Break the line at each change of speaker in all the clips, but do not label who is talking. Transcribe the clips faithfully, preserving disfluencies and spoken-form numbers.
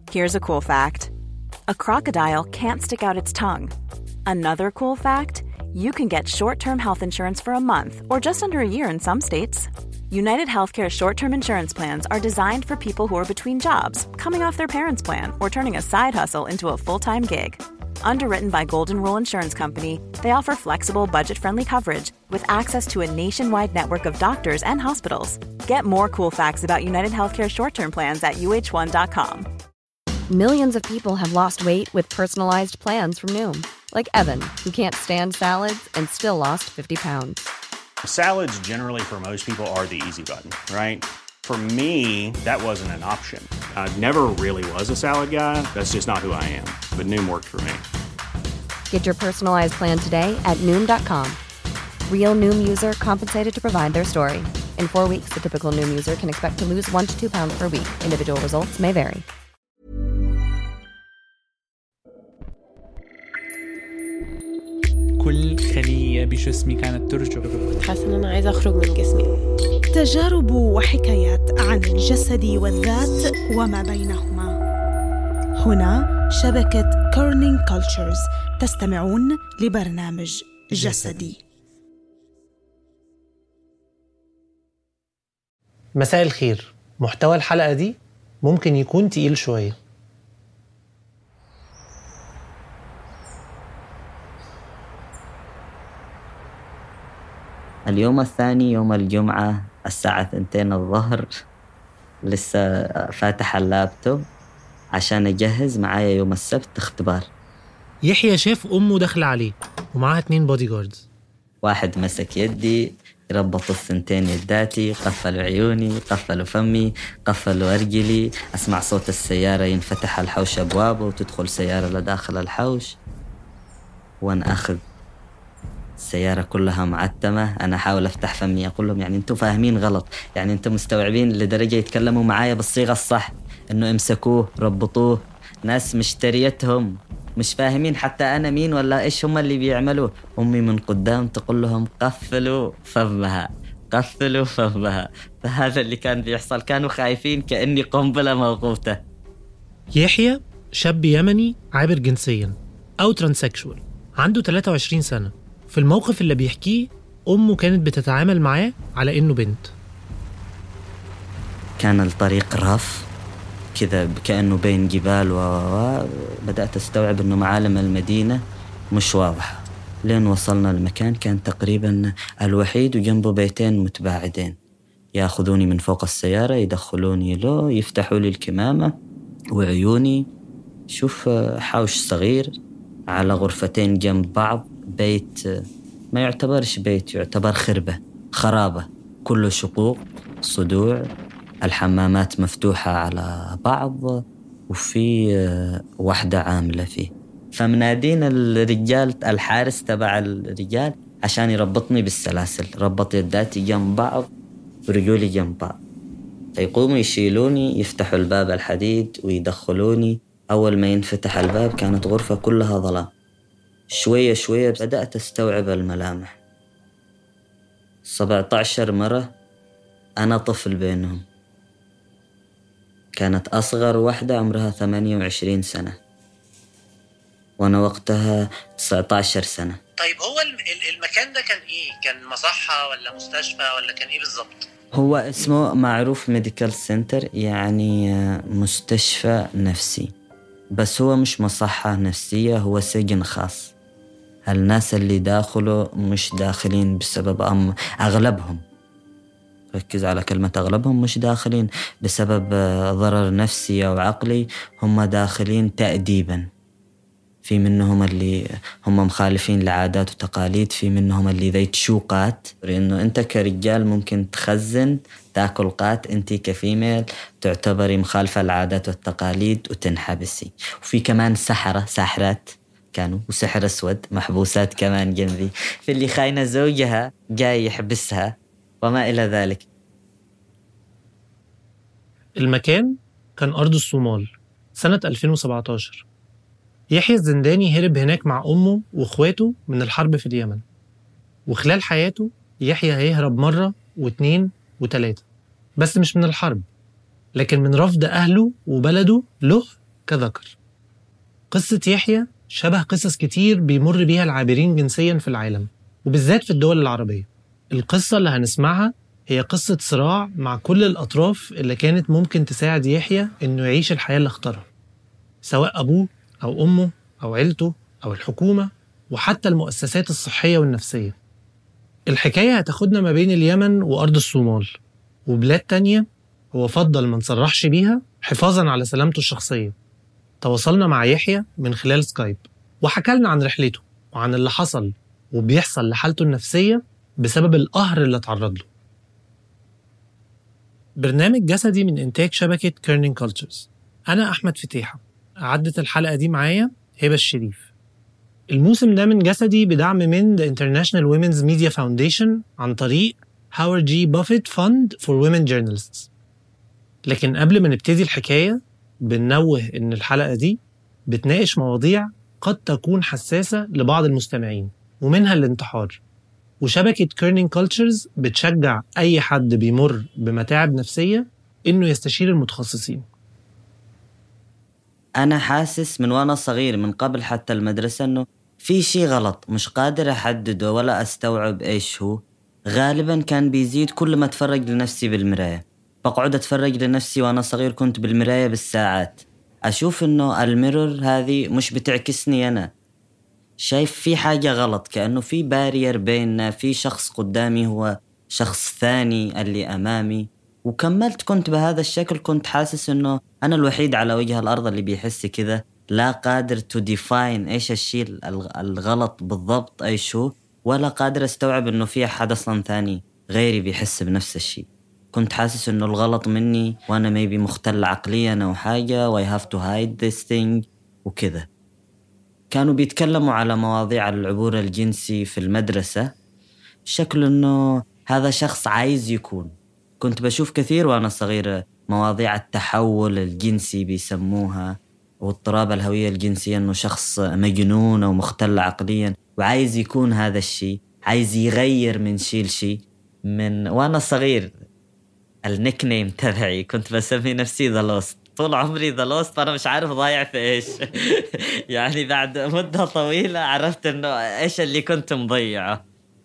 Here's a cool fact. A crocodile can't stick out its tongue. Another cool fact, you can get short-term health insurance for a month or just under a year in some states. United Healthcare short-term insurance plans are designed for people who are between jobs, coming off their parents' plan, or turning a side hustle into a full-time gig. Underwritten by Golden Rule Insurance Company, they offer flexible, budget-friendly coverage with access to a nationwide network of doctors and hospitals. Get more cool facts about United Healthcare short-term plans at U H one dot com.
Millions of people have lost weight with personalized plans from Noom. Like Evan, who can't stand salads and still lost fifty pounds.
Salads generally for most people are the easy button, right? For me, that wasn't an option. I never really was a salad guy. That's just not who I am. But Noom worked for me.
Get your personalized plan today at Noom dot com. Real Noom user compensated to provide their story. In four weeks, the typical Noom user can expect to lose one to two pounds per week. Individual results may vary.
كل خلية بجسمي كانت ترجف.
حاسة إن أنا عايزة أخرج من جسمي.
تجارب وحكايات عن الجسد والذات وما بينهما. هنا شبكة كورنينج كولتشرز. تستمعون لبرنامج جسدي.
مساء الخير. محتوى الحلقة دي ممكن يكون تقيل شوية.
اليوم الثاني يوم الجمعة الساعة اثنتين الظهر، لسه فاتح اللابتوب عشان أجهز معايا يوم السبت اختبار.
يحيى شاف أمه داخل عليه ومعها اتنين بودي جاردز.
واحد مسك يدي يربط الثنتين يداتي، قفلوا عيوني، قفلوا فمي، قفلوا أرجلي، أسمع صوت السيارة ينفتح الحوش أبوابه وتدخل سيارة لداخل الحوش، وأنا أخذ السيارة كلها معتمة. أنا أحاول أفتح فمي أقول لهم يعني أنتوا فاهمين غلط، يعني أنتوا مستوعبين لدرجة يتكلموا معايا بالصيغة الصح، إنه امسكوه ربطوه. ناس مشتريتهم مش فاهمين حتى أنا مين ولا إيش هم اللي بيعملوا. أمي من قدام تقول لهم قفلوا فمها، قفلوا فمها. فهذا اللي كان بيحصل، كانوا خايفين كأني قنبلة موقوتة.
يحيى شاب يمني عابر جنسيا أو ترانسكشوال، عنده ثلاثة وعشرين سنة. في الموقف اللي بيحكيه أمه كانت بتتعامل معاه على إنه بنت.
كان الطريق رف كذا كأنه بين جبال، وبدأت أستوعب إنه معالم المدينة مش واضحة. لين وصلنا المكان كان تقريبا الوحيد وجنبه بيتين متباعدين. يأخذوني من فوق السيارة يدخلوني له، يفتحوا لي الكمامة وعيوني. شوف حوش صغير على غرفتين جنب بعض، بيت ما يعتبرش بيت، يعتبر خربة خرابة، كله شقوق صدوع، الحمامات مفتوحة على بعض، وفي واحدة عاملة فيه. فمنادين الرجال الحارس تبع الرجال عشان يربطني بالسلاسل، ربط يداتي جنب بعض ورجولي جنب بعض. فيقوموا يشيلوني، يفتحوا الباب الحديد ويدخلوني. أول ما ينفتح الباب كانت غرفة كلها ظلام. شوية شوية بدأت أستوعب الملامح. سبعة عشر مرة أنا طفل بينهم. كانت أصغر واحدة عمرها ثمانية وعشرين سنة، وأنا وقتها تسعة عشر سنة.
طيب هو المكان ده كان إيه؟ كان مصحة ولا مستشفى ولا كان إيه بالضبط؟
هو اسمه معروف ميديكال سنتر، يعني مستشفى نفسي، بس هو مش مصحة نفسية، هو سجن خاص. الناس اللي داخله مش داخلين بسبب أم أغلبهم، ركز على كلمة أغلبهم، مش داخلين بسبب ضرر نفسي أو عقلي، هم داخلين تأديبا. في منهم اللي هم مخالفين لعادات وتقاليد، في منهم اللي ذي تشوقات، لأنه أنت كرجال ممكن تخزن تاكل قات، أنت كفيميل تعتبري مخالفة العادات والتقاليد وتنحبسي. وفي كمان سحرة ساحرات كانوا، وسحر أسود محبوسات كمان جنبي، في اللي خاينة زوجها جاي يحبسها وما إلى ذلك.
المكان كان أرض الصومال سنة ألفين وسبعة عشر. يحيى الزنداني هرب هناك مع أمه وإخواته من الحرب في اليمن، وخلال حياته يحيى هيهرب مرة واثنين وثلاثة، بس مش من الحرب، لكن من رفض أهله وبلده له كذكر. قصة يحيى شبه قصص كتير بيمر بيها العابرين جنسيا في العالم، وبالذات في الدول العربية. القصة اللي هنسمعها هي قصة صراع مع كل الأطراف اللي كانت ممكن تساعد يحيى إنه يعيش الحياة اللي اختارها، سواء أبوه أو أمه أو عيلته أو الحكومة وحتى المؤسسات الصحية والنفسية. الحكاية هتاخدنا ما بين اليمن وأرض الصومال وبلاد تانية هو فضل ما نصرحش بيها حفاظاً على سلامته الشخصية. تواصلنا مع يحيى من خلال سكايب وحكالنا عن رحلته وعن اللي حصل وبيحصل لحالته النفسية بسبب القهر اللي اتعرض له. برنامج جسدي من إنتاج شبكة كيرنينج كولتشرز. أنا أحمد فتيحة، عدت الحلقة دي معايا هبة الشريف. الموسم ده من جسدي بدعم من The International Women's Media Foundation عن طريق هاورد جي بافيت Fund for Women Journalists. لكن قبل ما نبتدي الحكاية بننوه إن الحلقة دي بتناقش مواضيع قد تكون حساسة لبعض المستمعين ومنها الانتحار، وشبكة كيرنينج كولتشرز بتشجع أي حد بيمر بمتاعب نفسية إنه يستشير المتخصصين.
أنا حاسس من وأنا صغير من قبل حتى المدرسة إنه في شيء غلط مش قادر أحدده ولا أستوعب إيش هو. غالبا كان بيزيد كل ما أتفرج لنفسي بالمراية. بقعد أتفرج لنفسي وأنا صغير كنت بالمراية بالساعات، أشوف إنه الميرور هذه مش بتعكسني أنا، شايف في حاجة غلط، كأنه في بارير بيننا، في شخص قدامي هو شخص ثاني اللي أمامي. وكملت كنت بهذا الشكل، كنت حاسس إنه أنا الوحيد على وجه الأرض اللي بيحس كذا، لا قادر to define إيش الشيء الغلط بالضبط أيش هو، ولا قادر أستوعب إنه في أحد أصلا ثاني غيري بيحس بنفس الشيء. كنت حاسس إنه الغلط مني وأنا maybe مختل عقليا أو حاجة و I have to hide this thing وكذا. كانوا بيتكلموا على مواضيع العبور الجنسي في المدرسة، شكل إنه هذا شخص عايز يكون. كنت بشوف كثير وأنا صغير مواضيع التحول الجنسي بيسموها، واضطراب الهوية الجنسية، إنه شخص مجنون أو مختل عقليا وعايز يكون هذا الشيء، عايز يغير من شيء لشيء. من وأنا صغير النيكنيم تبعي كنت بسمي نفسي ذا لوست، طول عمري ذا لوست، فأنا مش عارف ضايع في إيش. يعني بعد مدة طويلة عرفت إنه إيش اللي كنت مضيعه.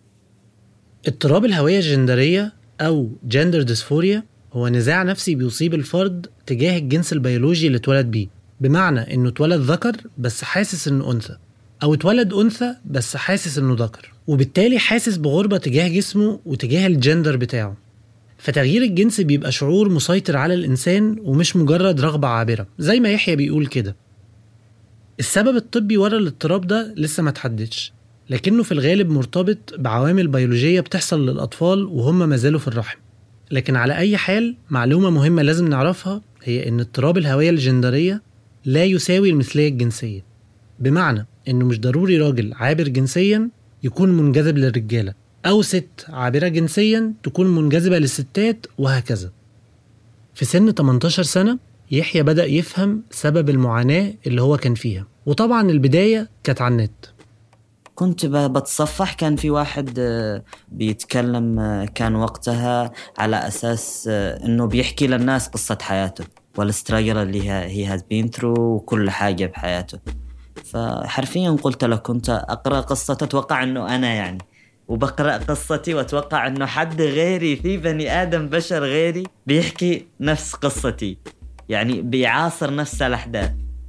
اضطراب الهوية الجندرية أو جندر ديسفوريا هو نزاع نفسي بيصيب الفرد تجاه الجنس البيولوجي اللي اتولد بيه، بمعنى إنه اتولد ذكر بس حاسس إنه أنثى، أو اتولد أنثى بس حاسس إنه ذكر، وبالتالي حاسس بغربة تجاه جسمه وتجاه الجندر بتاعه. فتغيير الجنس بيبقى شعور مسيطر على الإنسان ومش مجرد رغبة عابرة زي ما يحيى بيقول كده. السبب الطبي ورا الاضطراب ده لسه ما تحددش، لكنه في الغالب مرتبط بعوامل بيولوجية بتحصل للأطفال وهم ما زالوا في الرحم. لكن على أي حال، معلومة مهمة لازم نعرفها هي إن اضطراب الهوية الجندرية لا يساوي المثلية الجنسية، بمعنى إنه مش ضروري راجل عابر جنسيا يكون منجذب للرجالة، أو ست عابرة جنسيا تكون منجذبة للستات، وهكذا. في سن ثمانية عشر سنة يحيى بدأ يفهم سبب المعاناة اللي هو كان فيها، وطبعا البداية كانت على النت.
كنت بتصفح، كان في واحد بيتكلم كان وقتها على أساس إنه بيحكي للناس قصة حياته والاستراجل اللي هي has been through وكل حاجة بحياته. فحرفيا قلت له كنت أقرأ قصة أتوقع إنه أنا يعني، وبقرأ قصتي وأتوقع إنه حد غيري، في بني آدم بشر غيري بيحكي نفس قصتي، يعني بيعاصر نفس الأحداث.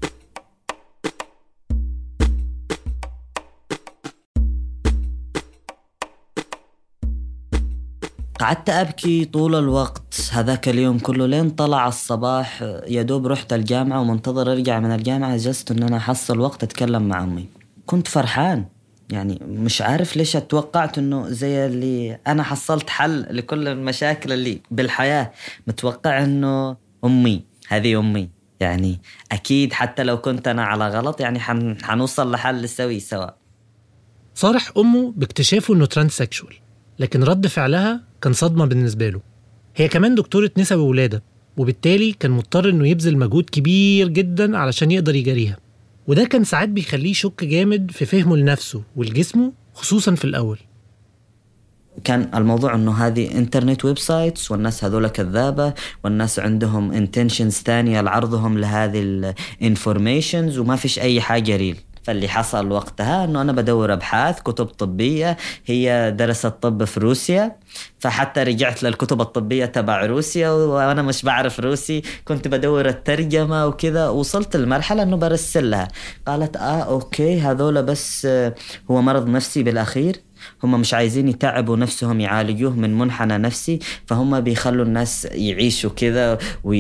قعدت أبكي طول الوقت هذاك اليوم كله لين طلع الصباح. يا دوب رحت الجامعة ومنتظر أرجع من الجامعة جلست إن أنا أحصل وقت أتكلم مع أمي. كنت فرحان، يعني مش عارف ليش اتوقعت إنه زي اللي أنا حصلت حل لكل المشاكل اللي بالحياة. متوقع إنه أمي هذه أمي، يعني أكيد حتى لو كنت أنا على غلط يعني حن... حنوصل لحل سوي سوا.
صارح أمه باكتشافه إنه ترانسكشوال، لكن رد فعلها كان صدمة بالنسبة له. هي كمان دكتورة نساء وولادة، وبالتالي كان مضطر إنه يبذل مجهود كبير جدا علشان يقدر يجاريها، وده كان ساعات بيخليه شك جامد في فهمه لنفسه والجسمه، خصوصا في الأول.
كان الموضوع أنه هذه إنترنت ويب سايتس والناس هذولا كذابة والناس عندهم انتنشنز ثانية لعرضهم لهذه الانفورميشنز وما فيش أي حاجة ريل. فاللي حصل وقتها أنه أنا بدور أبحاث كتب طبية، هي درست طب في روسيا، فحتى رجعت للكتب الطبية تبع روسيا وأنا مش بعرف روسي، كنت بدور الترجمة وكذا. وصلت المرحلة أنه برسل لها، قالت آه أوكي هذولا بس هو مرض نفسي بالأخير، هم مش عايزين يتعبوا نفسهم يعالجوه من منحنى نفسي، فهم بيخلوا الناس يعيشوا كذا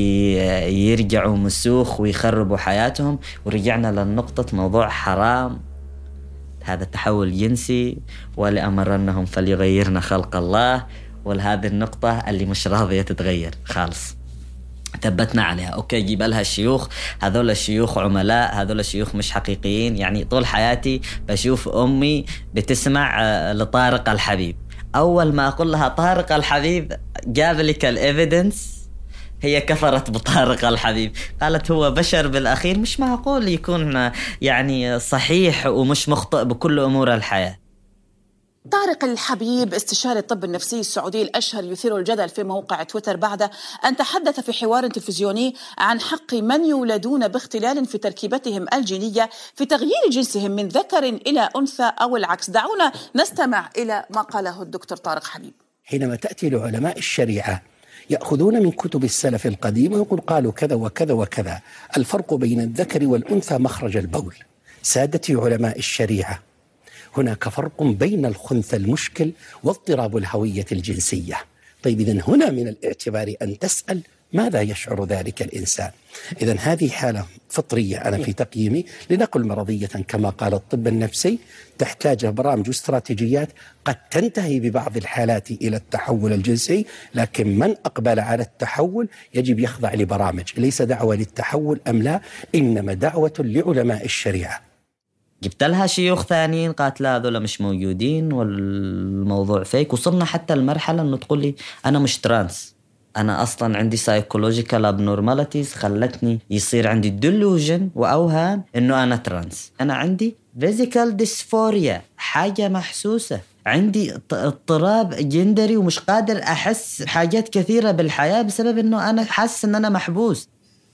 ويرجعوا مسوخ ويخربوا حياتهم. ورجعنا للنقطة موضوع حرام هذا التحول جنسي، ولأمرنهم فليغيرنا خلق الله، ولهذه النقطة اللي مش راضية تتغير خالص ثبتنا عليها. أوكي جيب لها الشيوخ، هذول الشيوخ عملاء، هذول الشيوخ مش حقيقيين. يعني طول حياتي بشوف أمي بتسمع لطارق الحبيب، أول ما أقول لها طارق الحبيب جاب لك الإيفيدنس، هي كفرت بطارق الحبيب، قالت هو بشر بالأخير، مش معقول يكون يعني صحيح ومش مخطئ بكل أمور الحياة.
طارق الحبيب استشاري الطب النفسي السعودي الأشهر يثير الجدل في موقع تويتر بعد أن تحدث في حوار تلفزيوني عن حق من يولدون باختلال في تركيبتهم الجينية في تغيير جنسهم من ذكر إلى أنثى أو العكس. دعونا نستمع إلى ما قاله الدكتور طارق حبيب.
حينما تأتي لعلماء الشريعة يأخذون من كتب السلف القديم ويقول قالوا كذا وكذا وكذا، الفرق بين الذكر والأنثى مخرج البول. سادتي علماء الشريعة، هناك فرق بين الخنثى المشكل واضطراب الهوية الجنسية. طيب إذن هنا من الاعتبار أن تسأل ماذا يشعر ذلك الإنسان. إذن هذه حالة فطرية أنا في تقييمي، لنقل مرضية كما قال الطب النفسي تحتاج برامج واستراتيجيات قد تنتهي ببعض الحالات إلى التحول الجنسي، لكن من أقبل على التحول يجب يخضع لبرامج، ليس دعوة للتحول أم لا، إنما دعوة لعلماء الشريعة.
جبت لها شيوخ ثانيين قالت لا هذول مش موجودين والموضوع فيك. وصلنا حتى المرحلة أنه تقول لي أنا مش ترانس، أنا أصلا عندي psychological abnormalities خلتني يصير عندي delusion وأوهام أنه أنا ترانس. أنا عندي physical dysphoria، حاجة محسوسة، عندي اضطراب جندري ومش قادر أحس حاجات كثيرة بالحياة بسبب أنه أنا حاسس أن أنا محبوس.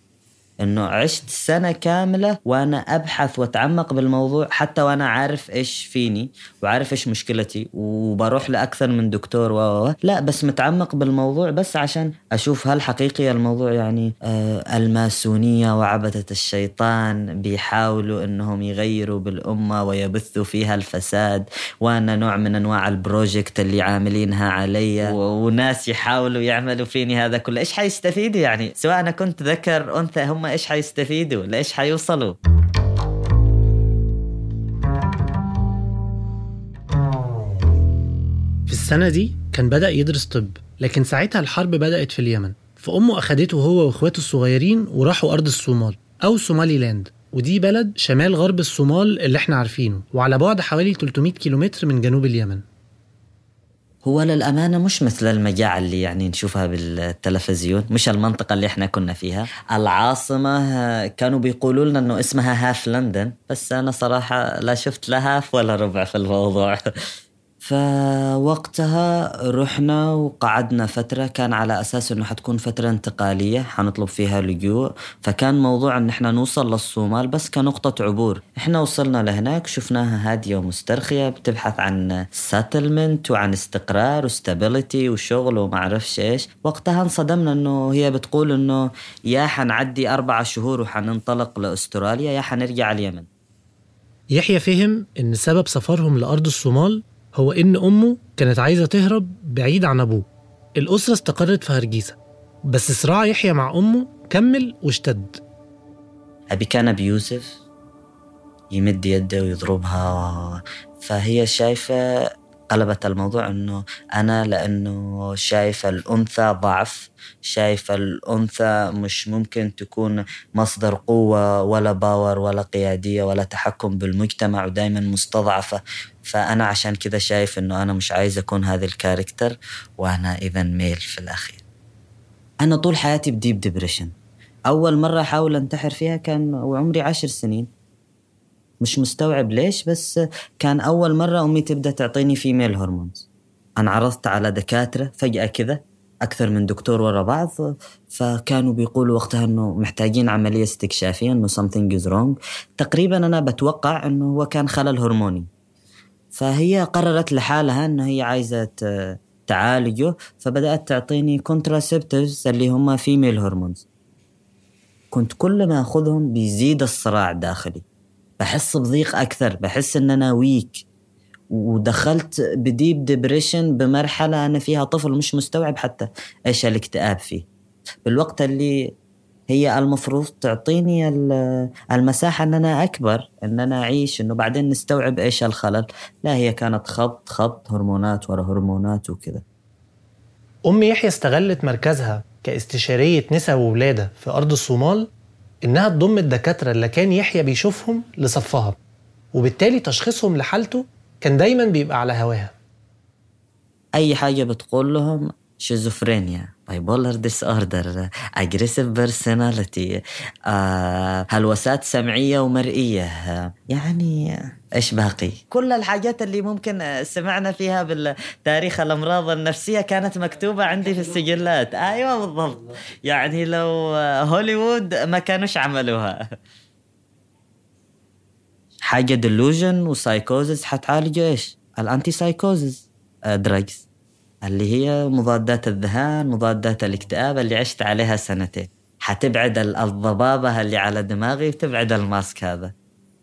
إنه عشت سنة كاملة وأنا أبحث وأتعمق بالموضوع، حتى وأنا عارف إيش فيني وعارف إيش مشكلتي وبروح لأكثر من دكتور و لا بس متعمق بالموضوع بس عشان أشوف هل حقيقي الموضوع. يعني آه الماسونية وعبدة الشيطان بيحاولوا إنهم يغيروا بالأمة ويبثوا فيها الفساد، وأنا نوع من أنواع البروجكت اللي عاملينها علي، وناس يحاولوا يعملوا فيني هذا كله. إيش حيستفيدوا يعني؟ سواء أنا كنت ذكر أنثى، هم إيش حيستفيدوا؟ لإيش حيوصلوا؟
في السنة دي كان بدأ يدرس طب، لكن ساعتها الحرب بدأت في اليمن، فأمه أخدته هو وإخواته الصغيرين وراحوا أرض الصومال أو سومالي لاند، ودي بلد شمال غرب الصومال اللي احنا عارفينه، وعلى بعد حوالي ثلاثمائة كيلومتر من جنوب اليمن.
هو للأمانة مش مثل المجاعة اللي يعني نشوفها بالتلفزيون، مش المنطقة اللي احنا كنا فيها. العاصمة كانوا بيقولوا لنا انه اسمها هاف لندن، بس انا صراحة لا شفت لا هاف ولا ربع في الموضوع. فوقتها رحنا وقعدنا فترة، كان على أساس أنه حتكون فترة انتقالية حنطلب فيها لجوء، فكان موضوع أن احنا نوصل للصومال بس كنقطة عبور. احنا وصلنا لهناك شفناها هادية ومسترخية بتبحث عن settlement وعن استقرار وستابيليتي وشغل ومعرفش ايش. وقتها انصدمنا أنه هي بتقول أنه يا حنعدي أربعة شهور وحننطلق لأستراليا يا حنرجع اليمن.
يحيى فهم أن سبب سفرهم لأرض الصومال هو إن أمه كانت عايزة تهرب بعيد عن أبوه. الأسرة استقرت في هرجيسة، بس صراع يحيى مع أمه كمل واشتد.
أبي كان أبيوسف، يمد يده ويضربها، فهي شايفة قلبت الموضوع أنه أنا لأنه شايفة الأنثى ضعف، شايفة الأنثى مش ممكن تكون مصدر قوة ولا باور ولا قيادية ولا تحكم بالمجتمع ودايما مستضعفة. فأنا عشان كذا شايف أنه أنا مش عايز أكون هذا الكاركتر، وأنا إذن ميل في الأخير. أنا طول حياتي بديب ديبريشن. أول مرة أحاول أنتحر فيها كان وعمري عشر سنين، مش مستوعب ليش، بس كان أول مرة أمي تبدأ تعطيني فيميل هرمونز. أنا عرضت على دكاترة فجأة كذا، أكثر من دكتور ورا بعض، فكانوا بيقولوا وقتها أنه محتاجين عملية استكشافية، أنه something is wrong. تقريبا أنا بتوقع أنه هو كان خلل هرموني، فهي قررت لحالها أنه هي عايزة تعالجه، فبدأت تعطيني contraceptives اللي هم female hormones. كنت كل ما أخذهم بيزيد الصراع داخلي، بحس بضيق أكثر، بحس أن أنا ويك، ودخلت بديب ديبريشن بمرحلة أنا فيها طفل مش مستوعب حتى إيش الاكتئاب فيه، بالوقت اللي هي المفروض تعطيني المساحة أن أنا أكبر، أن أنا أعيش، أنه بعدين نستوعب إيش الخلل. لا، هي كانت خبط خبط، هرمونات ورا هرمونات وكذا.
أم يحيى استغلت مركزها كاستشارية نساء وولادة في أرض الصومال إنها تضم الدكاترة اللي كان يحيى بيشوفهم لصفها، وبالتالي تشخيصهم لحالته كان دايما بيبقى على هواها.
أي حاجة بتقول لهم شيزوفرينيا، bipolar disorder, aggressive personality, آه، هلوسات سمعية ومرئية، آه، يعني إيش باقي؟ كل الحاجات اللي ممكن سمعنا فيها بالتاريخ الأمراض النفسية كانت مكتوبة عندي في السجلات. أيوة بالضبط، يعني لو هوليوود ما كانوش عملوها. حاجة ديلوجن وسايكوزز حتعالجوا إيش؟ الأنتي سايكوزز دراجز، اللي هي مضادات الذهان، مضادات الاكتئاب اللي عشت عليها سنتين، حتبعد الضبابة اللي على دماغي وتبعد الماسك هذا.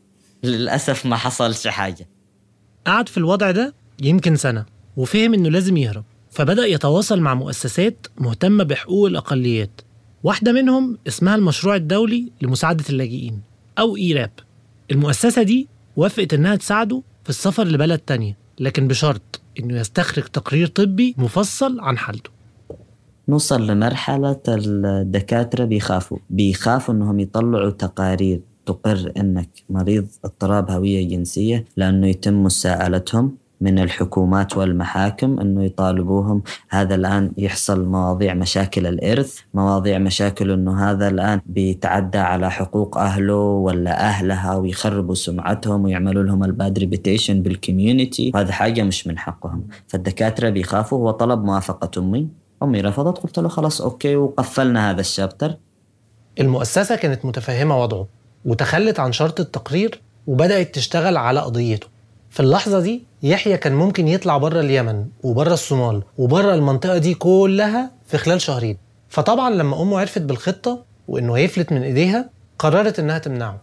للأسف ما حصلش حاجة.
قعد في الوضع ده يمكن سنة، وفهم إنه لازم يهرب، فبدأ يتواصل مع مؤسسات مهتمة بحقوق الأقليات. واحدة منهم اسمها المشروع الدولي لمساعدة اللاجئين أو إيراب. المؤسسة دي وافقت إنها تساعده في السفر لبلد تانية، لكن بشرط إنه يستخرج تقرير طبي مفصل عن حالته.
نوصل لمرحلة الدكاترة بيخافوا بيخافوا إنهم يطلعوا تقارير تقر إنك مريض اضطراب هوية جنسية، لأنه يتم مساءلتهم من الحكومات والمحاكم إنه يطالبوهم. هذا الآن يحصل مواضيع مشاكل الإرث، مواضيع مشاكل إنه هذا الآن بيتعدى على حقوق أهله ولا أهلها ويخربوا سمعتهم ويعملوا لهم الباد ريبيتيشن بالكوميونيتي، وهذا حاجة مش من حقهم. فالدكاترة بيخافوا. هو طلب موافقة أمي، أمي رفضت، قلت له خلاص أوكي، وقفلنا هذا الشابتر.
المؤسسة كانت متفهمة وضعه وتخلت عن شرط التقرير وبدأت تشتغل على قضيته. في اللحظة دي يحيى كان ممكن يطلع برا اليمن وبرا الصومال وبرا المنطقة دي كلها في خلال شهرين. فطبعا لما أمه عرفت بالخطة وإنه هيفلت من إيديها قررت إنها تمنعه.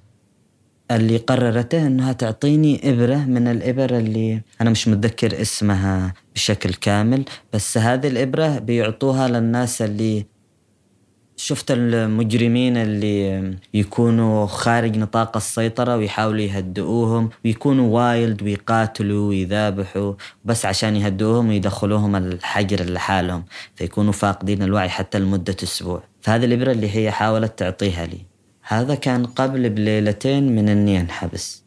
اللي قررته إنها تعطيني إبرة من الإبر اللي أنا مش متذكر اسمها بشكل كامل، بس هذه الإبرة بيعطوها للناس اللي شفت المجرمين اللي يكونوا خارج نطاق السيطرة ويحاولوا يهدئوهم ويكونوا وايلد ويقاتلوا ويذابحوا بس عشان يهدئوهم ويدخلوهم الحجر لحالهم، فيكونوا فاقدين الوعي حتى لمدة أسبوع. فهذه الإبرة اللي هي حاولت تعطيها لي. هذا كان قبل بليلتين من أني أنحبس.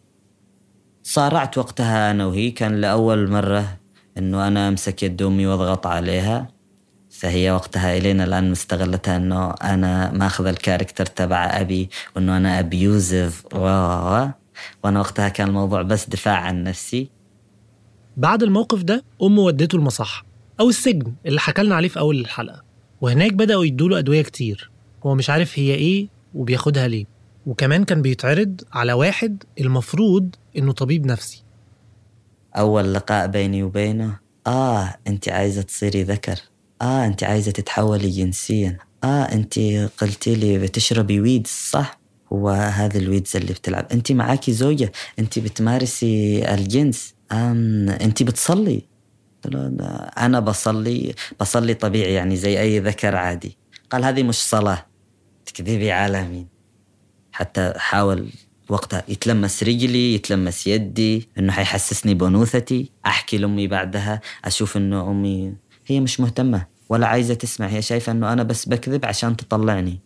صارعت وقتها أنا وهي، كان لأول مرة أنه أنا أمسك يد أمي وأضغط عليها، فهي وقتها إلينا الآن مستغلتها أنه أنا ما أخذ الكاركتر تبع أبي وأنه أنا أبيوزيف، وأنا وقتها كان الموضوع بس دفاع عن نفسي.
بعد الموقف ده أمه ودته المصحة أو السجن اللي حكالنا عليه في أول الحلقة، وهناك بدأوا يدوله أدوية كتير هو مش عارف هي إيه وبياخدها ليه، وكمان كان بيتعرض على واحد المفروض إنه طبيب نفسي.
أول لقاء بيني وبينه، آه أنت عايزة تصيري ذكر، آه أنت عايزة تتحولي جنسيا، آه أنت قلتي لي بتشربي ويدز صح؟ هو هذا الويدز اللي بتلعب، أنت معاكي زوجة، أنت بتمارسي الجنس، آم أنت بتصلي. أنا بصلي بصلي طبيعي يعني زي أي ذكر عادي. قال هذه مش صلاة، تكذبي على مين؟ حتى حاول وقتها يتلمس رجلي يتلمس يدي إنه حيحسسني بأنوثتي. أحكي لأمي بعدها أشوف إنه أمي هي مش مهتمة ولا عايزة تسمع، هي شايفة أنه أنا بس بكذب عشان تطلعني.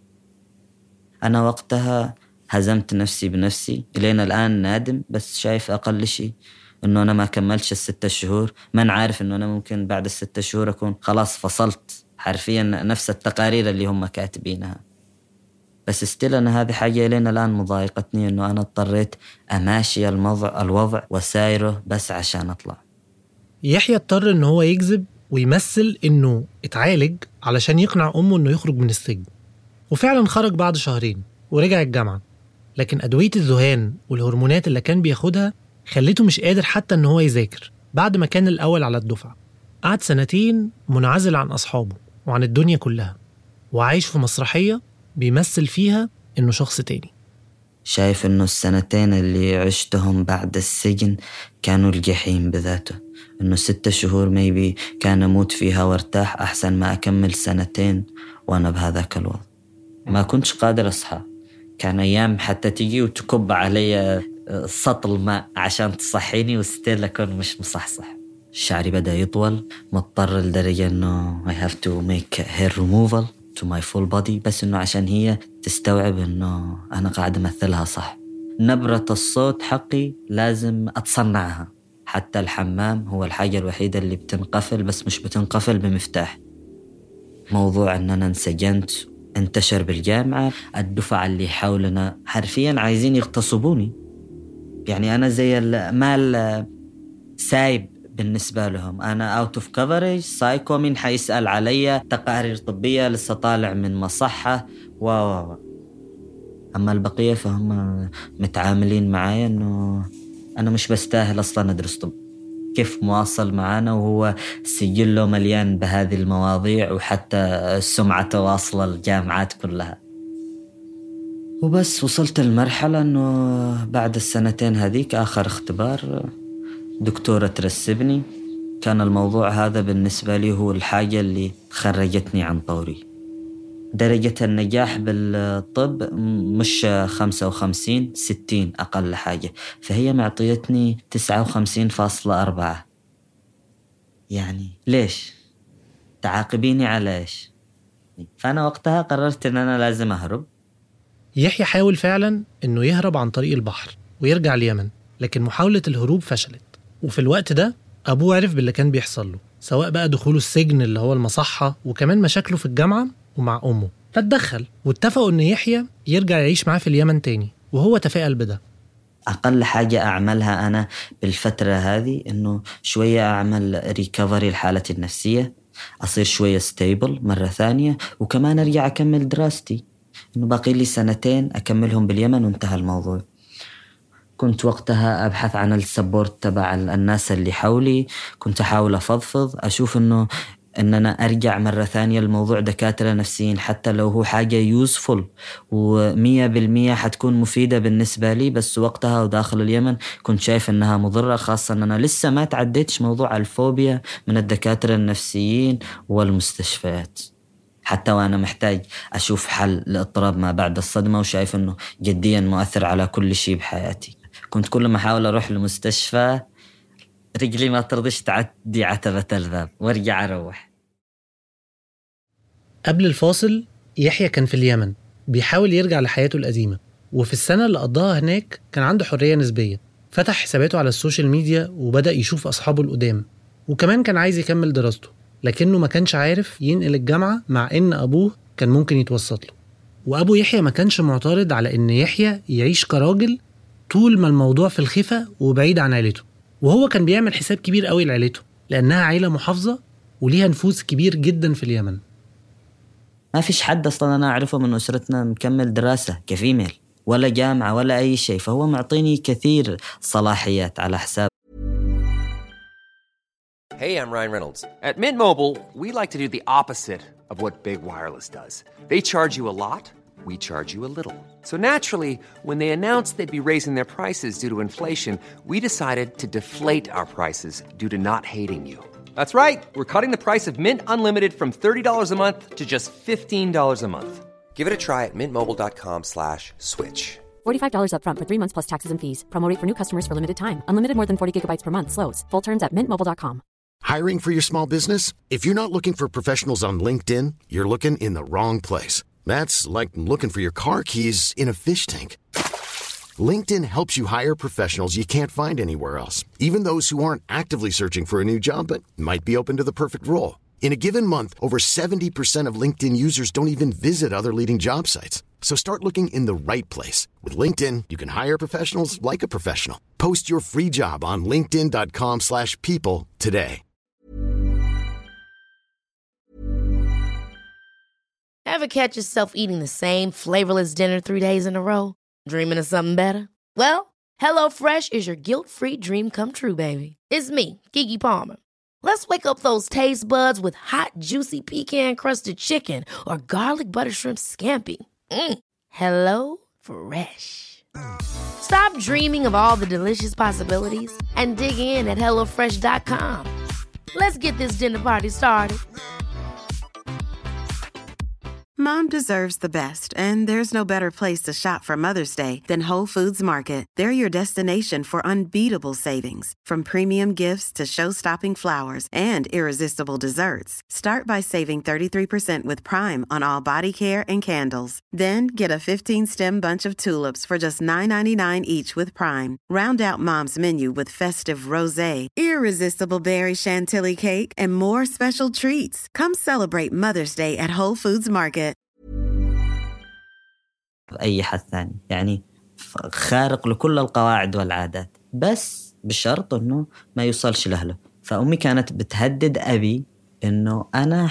أنا وقتها هزمت نفسي بنفسي، إلينا الآن نادم، بس شايف أقل شيء أنه أنا ما كملش الستة شهور. من عارف أنه أنا ممكن بعد الستة شهور أكون خلاص فصلت حرفيا نفس التقارير اللي هم كاتبينها. بس استيل أنا هذه حاجة إلينا الآن مضايقتني، أنه أنا اضطريت أماشي الموضوع الوضع وسايره بس عشان أطلع.
يحيى اضطر إن هو يكذب ويمثل إنه اتعالج علشان يقنع أمه إنه يخرج من السجن، وفعلا خرج بعد شهرين ورجع الجامعة. لكن أدوية الذهان والهرمونات اللي كان بياخدها خليته مش قادر حتى إن هو يذاكر بعد ما كان الأول على الدفعة. قعد سنتين منعزل عن أصحابه وعن الدنيا كلها، وعايش في مسرحية بيمثل فيها إنه شخص تاني.
شايف إنه السنتين اللي عشتهم بعد السجن كانوا الجحيم بذاته، إنه ستة شهور ميبي كان أموت فيها وارتاح أحسن ما أكمل سنتين وأنا بهذاك الوضع. ما كنتش قادر أصحى، كان أيام حتى تيجي وتكب علي سطل ماء عشان تصحيني وستيل أكون مش مصحصح. شعري بدأ يطول، مضطر لدرجة إنه I have to make hair removal to my full body، بس إنه عشان هي تستوعب إنه أنا قاعد أمثلها صح. نبرة الصوت حقي لازم أتصنعها، حتى الحمام هو الحاجة الوحيدة اللي بتنقفل، بس مش بتنقفل بمفتاح. موضوع إننا انسجنت انتشر بالجامعة، الدفعة اللي حولنا حرفيا عايزين يغتصبوني، يعني أنا زي المال سايب بالنسبة لهم. أنا out of coverage، سايكو، مين حيسأل علي، تقارير طبية، لسه طالع من مصحة و و أما البقية فهم متعاملين معايا إنه أنا مش بستاهل أصلا أدرس طب. كيف مواصل معانا وهو سجله مليان بهذه المواضيع وحتى سمعته واصلة الجامعات كلها. وبس وصلت المرحلة أنه بعد السنتين هذيك آخر اختبار دكتورة ترسبني، كان الموضوع هذا بالنسبة لي هو الحاجة اللي خرجتني عن طوري. درجة النجاح بالطب مش خمسة وخمسين، ستين أقل حاجة، فهي معطيتني تسعة وخمسين فاصلة أربعة. يعني ليش؟ تعاقبيني على إيش؟ فأنا وقتها قررت أن أنا لازم أهرب.
يحيى حاول فعلا أنه يهرب عن طريق البحر ويرجع اليمن، لكن محاولة الهروب فشلت. وفي الوقت ده أبوه عرف باللي كان بيحصل له، سواء بقى دخوله السجن اللي هو المصحة، وكمان مشاكله في الجامعة ومع أمه، فاتدخل واتفقوا أن يحيى يرجع يعيش معاه في اليمن تاني، وهو تفائل بده.
أقل حاجة أعملها أنا بالفترة هذه إنه شوية أعمل ريكفري لحالتي النفسية، أصير شوية ستيبل مرة ثانية، وكمان أرجع أكمل دراستي، إنه باقي لي سنتين أكملهم باليمن وانتهى الموضوع. كنت وقتها أبحث عن السبورت تبع الناس اللي حولي، كنت أحاول أفضفض، أشوف إنه إن أنا أرجع مرة ثانية الموضوع دكاترة نفسيين، حتى لو هو حاجة يوزفل ومية بالمية حتكون مفيدة بالنسبة لي، بس وقتها وداخل اليمن كنت شايف إنها مضرة، خاصة أن أنا لسه ما تعديتش موضوع الفوبيا من الدكاترة النفسيين والمستشفيات، حتى وأنا محتاج أشوف حل للاضطراب ما بعد الصدمة، وشايف إنه جديا مؤثر على كل شيء بحياتي. كنت كل ما أحاول أروح للمستشفى رجلي ما ترضيش تعدي عتبة الباب وارجع أروح.
قبل الفاصل يحيى كان في اليمن بيحاول يرجع لحياته القديمة، وفي السنة اللي قضاها هناك كان عنده حرية نسبية، فتح حساباته على السوشيال ميديا وبدأ يشوف أصحابه القدام، وكمان كان عايز يكمل دراسته، لكنه ما كانش عارف ينقل الجامعة مع إن أبوه كان ممكن يتوسط له. وأبو يحيى ما كانش معترض على إن يحيى يعيش كراجل طول ما الموضوع في الخفة وبعيد عن عائلته، وهو كان بيعمل حساب كبير قوي لعائلته لأنها عائلة محافظة وليها نفوذ كبير جدا في اليمن.
ما فيش حد أصلا أنا أعرفه من أسرتنا مكمل دراسة كفيميل ولا جامعة ولا أي شيء، فهو معطيني كثير صلاحيات على حساب.
Hey, I'm Ryan Reynolds. At Mint Mobile, we like to do the opposite of what Big Wireless does. They charge you a lot, we charge you a little. So naturally, when they announced they'd be raising their prices due to inflation, we decided to deflate our prices due to not hating you. That's right. We're cutting the price of Mint Unlimited from thirty dollars a month to just fifteen dollars a month. Give it a try at mintmobile.com slash switch.
forty-five dollars up front for three months plus taxes and fees. Promo rate for new customers for limited time. Unlimited more than forty gigabytes per month. Slows full terms at mint mobile dot com.
Hiring for your small business? If you're not looking for professionals on LinkedIn, you're looking in the wrong place. That's like looking for your car keys in a fish tank. LinkedIn helps you hire professionals you can't find anywhere else, even those who aren't actively searching for a new job but might be open to the perfect role. In a given month, over seventy percent of LinkedIn users don't even visit other leading job sites. So start looking in the right place. With LinkedIn, you can hire professionals like a professional. Post your free job on linkedin.com slash people today.
Ever catch yourself eating the same flavorless dinner three days in a row? Dreaming of something better? Well, HelloFresh is your guilt-free dream come true, baby. It's me, Keke Palmer. Let's wake up those taste buds with hot, juicy pecan-crusted chicken or garlic butter shrimp scampi. Mm. Hello Fresh. Stop dreaming of all the delicious possibilities and dig in at hello fresh dot com. Let's get this dinner party started.
Mom deserves the best, and there's no better place to shop for Mother's Day than Whole Foods Market. They're your destination for unbeatable savings, from premium gifts to show-stopping flowers and irresistible desserts. Start by saving thirty-three percent with Prime on all body care and candles. Then get a fifteen-stem bunch of tulips for just nine ninety-nine each with Prime. Round out Mom's menu with festive rosé, irresistible berry chantilly cake, and more special treats. Come celebrate Mother's Day at Whole Foods Market.
أي حد ثاني يعني خارق لكل القواعد والعادات، بس بشرط أنه ما يوصلش لأهله. فأمي كانت بتهدد أبي أنه أنا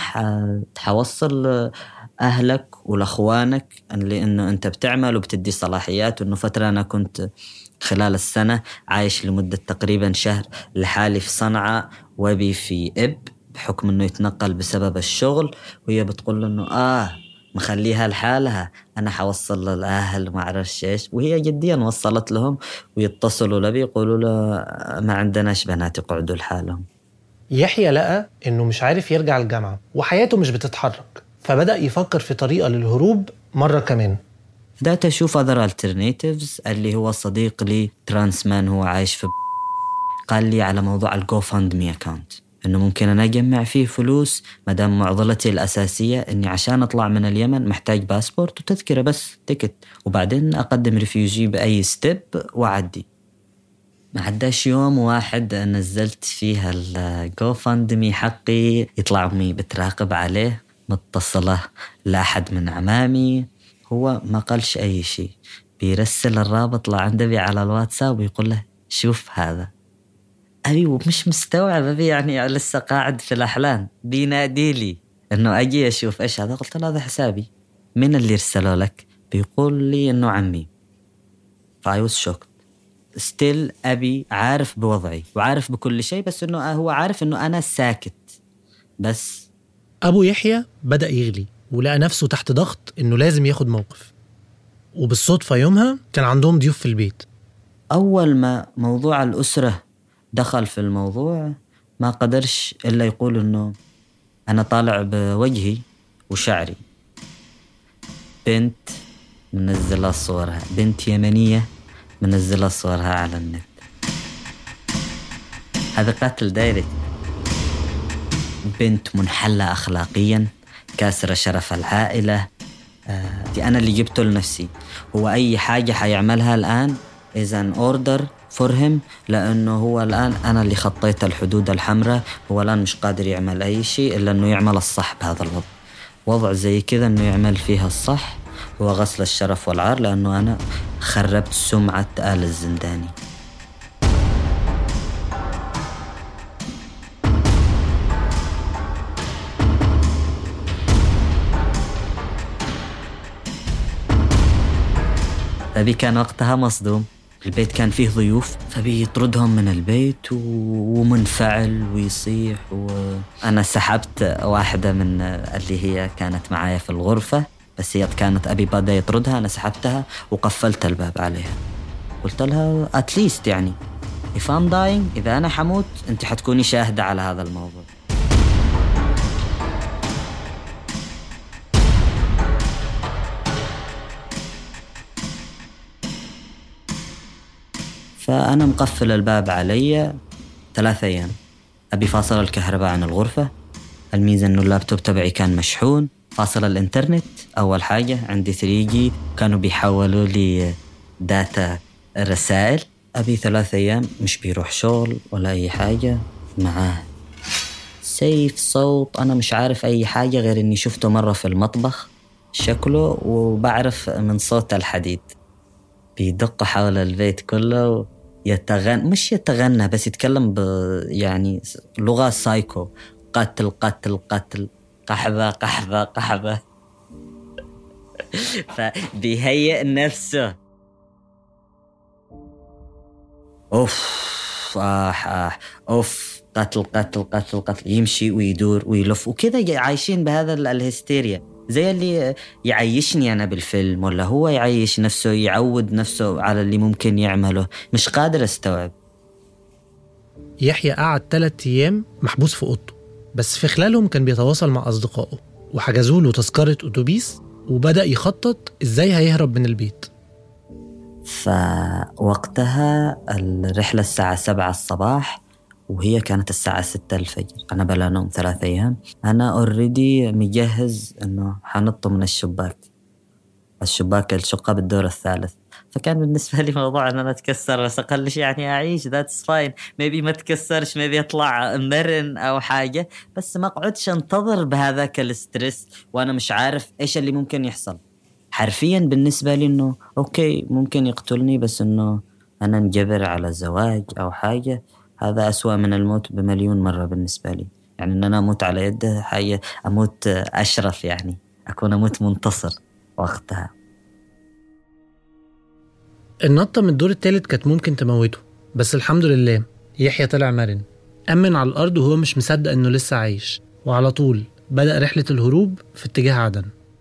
حوصل أهلك والأخوانك لأنه أنت بتعمل وبتدي صلاحيات. وأنه فترة أنا كنت خلال السنة عايش لمدة تقريبا شهر لحالي في صنعاء، وأبي في إب بحكم أنه يتنقل بسبب الشغل، وهي بتقول له أنه آه مخليها لحالها، أنا حوصل للأهل ما أعرفش إيش. وهي جديا وصلت لهم ويتصلوا لبي يقولوا له ما عندناش بنات يقعدوا لحالهم.
يحيى لقى إنه مش عارف يرجع الجامعة وحياته مش بتتحرك، فبدأ يفكر في طريقة للهروب مرة كمان.
بدأت أشوف other alternatives. اللي هو صديق لي ترانسمان هو عايش في قال لي على موضوع الجو فاند مي أكاونت، إنه ممكن أنا أجمع فيه فلوس مدام معضلتي الأساسية إني عشان أطلع من اليمن محتاج باسبورت وتذكرة بس تيكت، وبعدين أقدم ريفيوجي بأي ستيب وعدي. ما عداش يوم واحد نزلت فيها الجو فاندمي حقي يطلع أمي بتراقب عليه، متصلة لأحد من عمامي، هو ما قالش أي شيء، بيرسل الرابط لعند أبي على الواتساب ويقول له شوف هذا. أبي ومش مستوعب، أبي يعني لسه قاعد في الأحلام، بينادي لي إنه أجي أشوف إيش هذا. قلت له هذا حسابي. من اللي رسله لك؟ بيقول لي إنه عمي. فاي واز شوكت. ستيل أبي عارف بوضعي وعارف بكل شيء، بس إنه هو عارف إنه أنا ساكت بس.
أبو يحيى بدأ يغلي ولقى نفسه تحت ضغط إنه لازم ياخد موقف. وبالصدفة يومها كان عندهم ضيوف في البيت.
أول ما موضوع الأسرة دخل في الموضوع ما قدرش إلا يقول إنه أنا طالع بوجهي وشعري. بنت منزلة صورها، بنت يمنية منزلة صورها على النت. هذا قتل دايركت. بنت منحلة أخلاقيا، كاسرة شرف العائلة. آه دي أنا اللي جبته لنفسي. هو أي حاجة حيعملها الآن is an order for him، لأنه هو الآن أنا اللي خطيت الحدود الحمراء. هو الآن مش قادر يعمل أي شيء إلا أنه يعمل الصح بهذا الوضع. وضع زي كذا أنه يعمل فيها الصح هو غسل الشرف والعار، لأنه أنا خربت سمعة آل الزنداني. فبي كان وقتها مصدوم. البيت كان فيه ضيوف، فبيطردهم من البيت ومنفعل ويصيح. وأنا سحبت واحدة من اللي هي كانت معايا في الغرفة، بس هي كانت أبي بدأ يطردها، أنا سحبتها وقفلت الباب عليها. قلت لها at least يعني if I'm dying، إذا أنا حموت أنت حتكوني شاهدة على هذا الموضوع. فأنا مقفل الباب علي ثلاثة أيام. أبي فاصل الكهرباء عن الغرفة. الميزة أنه اللابتوب تبعي كان مشحون. فاصل الإنترنت أول حاجة، عندي ثري جي، كانوا بيحولوا لي داتا الرسائل. أبي ثلاثة أيام مش بيروح شغل ولا أي حاجة، معاه سيف صوت، أنا مش عارف أي حاجة غير إني شفته مرة في المطبخ شكله، وبعرف من صوت الحديد بيدق حول البيت كله، يتغنى مش يتغنى بس يتكلم ب يعني لغة سايكو، قتل قتل قتل، قحبة قحبة قحبة. فبيهيئ نفسه. أوف آه آه أوف قتل قتل قتل قتل، يمشي ويدور ويلف وكذا، عايشين بهذا الهستيريا زي اللي يعيشني أنا بالفيلم، ولا هو يعيش نفسه، يعود نفسه على اللي ممكن يعمله. مش قادر أستوعب.
يحيى قعد ثلاثة أيام محبوس في أوضته، بس في خلالهم كان بيتواصل مع أصدقائه، وحجزوا له تذكرة أوتوبيس، وبدأ يخطط إزاي هيهرب من البيت.
فوقتها الرحلة الساعة سبعة الصباح، وهي كانت الساعة ستة الفجر. أنا بلا نوم ثلاثة أيام. أنا أوريدي مجهز أنه حنط من الشباك الشباك الشقة بالدور الثالث. فكان بالنسبة لي موضوع أن أنا أتكسر بس أقلش يعني أعيش، that's fine. maybe ما تكسرش، maybe يطلع مرن أو حاجة، بس ما قعدش انتظر بهذاك الاسترس وأنا مش عارف إيش اللي ممكن يحصل. حرفيا بالنسبة لي أنه أوكي ممكن يقتلني، بس أنه أنا نجبر على زواج أو حاجة، هذا أسوأ من الموت بمليون مرة بالنسبة لي. يعني أن أنا أموت على يده حاجة، أموت أشرف، يعني أكون أموت منتصر وقتها.
النطة من الدور الثالث كانت ممكن تموته، بس الحمد لله يحيى طلع مرن، أمن على الأرض وهو مش مصدق أنه لسه عايش، وعلى طول بدأ رحلة الهروب في اتجاه عدن.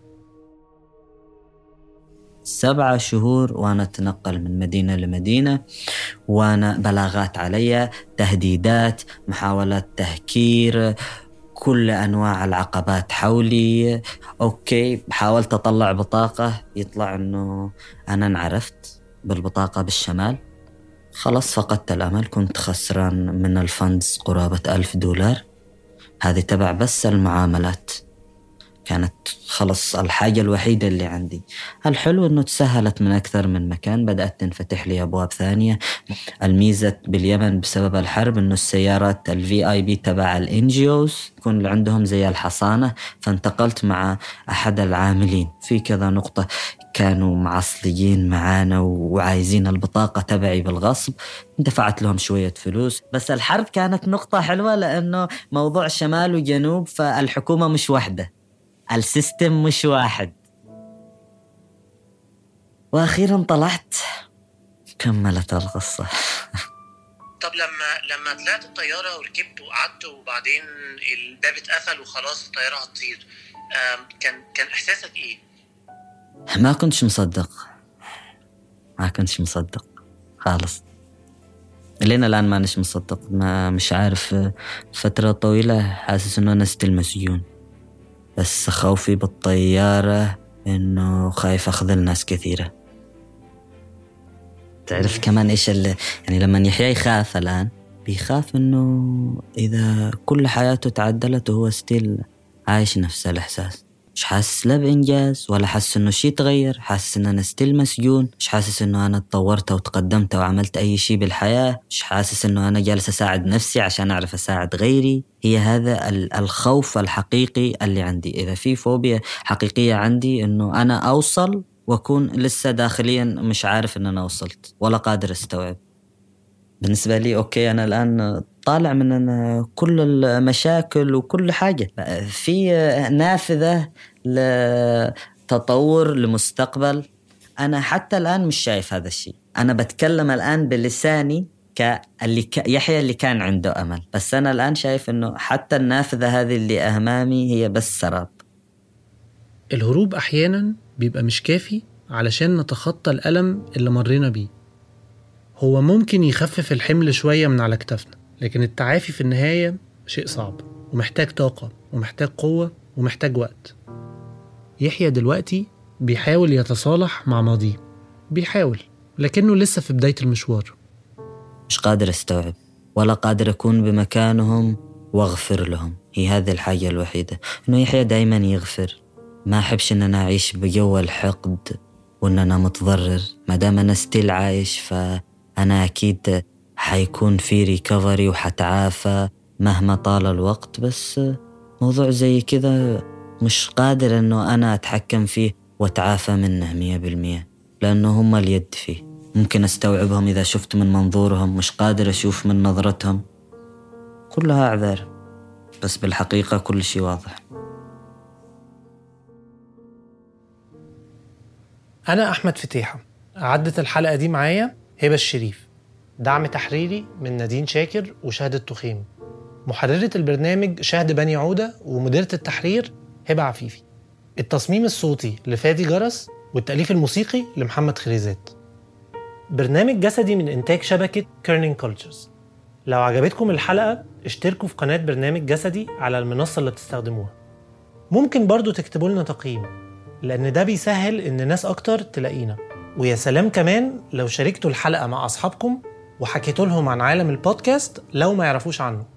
سبعة شهور وأنا أتنقل من مدينة لمدينة، وأنا بلاغات علي، تهديدات، محاولات تهكير، كل أنواع العقبات حولي. أوكي حاولت أطلع بطاقة، يطلع أنه أنا انعرفت بالبطاقة بالشمال، خلص فقدت الأمل. كنت خسران من الفندز قرابة ألف دولار، هذه تبع بس المعاملات، كانت خلص الحاجة الوحيدة اللي عندي. الحلو أنه تسهلت من أكثر من مكان، بدأت تنفتح لي أبواب ثانية. الميزة باليمن بسبب الحرب أنه السيارات الفي آي بي تبع الانجيوز يكون عندهم زي الحصانة، فانتقلت مع أحد العاملين في كذا نقطة كانوا معصليين معانا وعايزين البطاقة تبعي بالغصب، دفعت لهم شوية فلوس. بس الحرب كانت نقطة حلوة لأنه موضوع شمال وجنوب، فالحكومة مش واحدة، السيستم مش واحد. وأخيرا طلعت، كملت القصة.
طب لما لما طلعت الطيارة وركبت وقعدت وبعدين الباب اتقفل وخلاص الطيارة هتطير، كان كان إحساسك إيه؟
ما كنتش مصدق، ما كنتش مصدق خالص. لين الآن ما نش مصدق، ما مش عارف. فترة طويلة حاسس إنه أنا ستيل مسجون، بس خوفي بالطيارة إنه خايف أخذل ناس كثيرة. تعرف كمان إيش اللي يعني لما يحيى يخاف الآن، بيخاف إنه إذا كل حياته تعدلت وهو ستيل عايش نفس الإحساس، مش حاسس لا بإنجاز ولا حاسس إنه شيء تغير، حاسس إن أنا ستيل مسجون، مش حاسس إنه أنا تطورت وتقدمت وعملت أي شيء بالحياة، مش حاسس إنه أنا جالس أساعد نفسي عشان أعرف أساعد غيري. هي هذا الخوف الحقيقي اللي عندي. إذا في فوبيا حقيقية عندي إنه أنا أوصل وأكون لسه داخليا مش عارف إن أنا وصلت ولا قادر أستوعب. بالنسبة لي أوكي أنا الآن طالع من كل المشاكل وكل حاجة، في نافذة لتطور لمستقبل. أنا حتى الآن مش شايف هذا الشيء، أنا بتكلم الآن بلساني كاللي ك... يحيى اللي كان عنده أمل، بس أنا الآن شايف أنه حتى النافذة هذه اللي أمامي هي بس سراب.
الهروب أحيانا بيبقى مش كافي علشان نتخطى الألم اللي مرينا بيه. هو ممكن يخفف الحمل شوية من على كتافنا، لكن التعافي في النهاية شيء صعب ومحتاج طاقة ومحتاج قوة ومحتاج وقت. يحيى دلوقتي بيحاول يتصالح مع ماضيه، بيحاول لكنه لسه في بداية المشوار.
مش قادر استوعب ولا قادر أكون بمكانهم واغفر لهم. هي هذه الحاجة الوحيدة، إنه يحيى دايما يغفر. ما أحبش إن أنا أعيش بجو الحقد وإن أنا متضرر. ما دام أنا ستيل عايش فأنا أكيد حيكون في ريكفري وحتعافى مهما طال الوقت، بس موضوع زي كذا مش قادر أنه أنا أتحكم فيه وأتعافى منه مية بالمية، لأنه هم اليد فيه. ممكن أستوعبهم إذا شفت من منظورهم، مش قادر أشوف من نظرتهم. كلها أعذار، بس بالحقيقة كل شيء واضح.
أنا أحمد فتيحة، عدت الحلقة دي معايا هبة الشريف، دعم تحريري من نادين شاكر وشهد التخيم، محررة البرنامج شهد بني عودة، ومديرة التحرير هبة عفيفي. التصميم الصوتي لفادي جرس، والتأليف الموسيقي لمحمد خريزات. برنامج جسدي من إنتاج شبكة كيرنينج كولتشرز. لو عجبتكم الحلقة اشتركوا في قناة برنامج جسدي على المنصة اللي بتستخدموها. ممكن برضو تكتبوا لنا تقييم، لأن ده بيسهل إن ناس أكتر تلاقينا. ويا سلام كمان لو شاركتوا الحلقة مع أصحابكم وحكيتوا لهم عن عالم البودكاست لو ما يعرفوش عنه.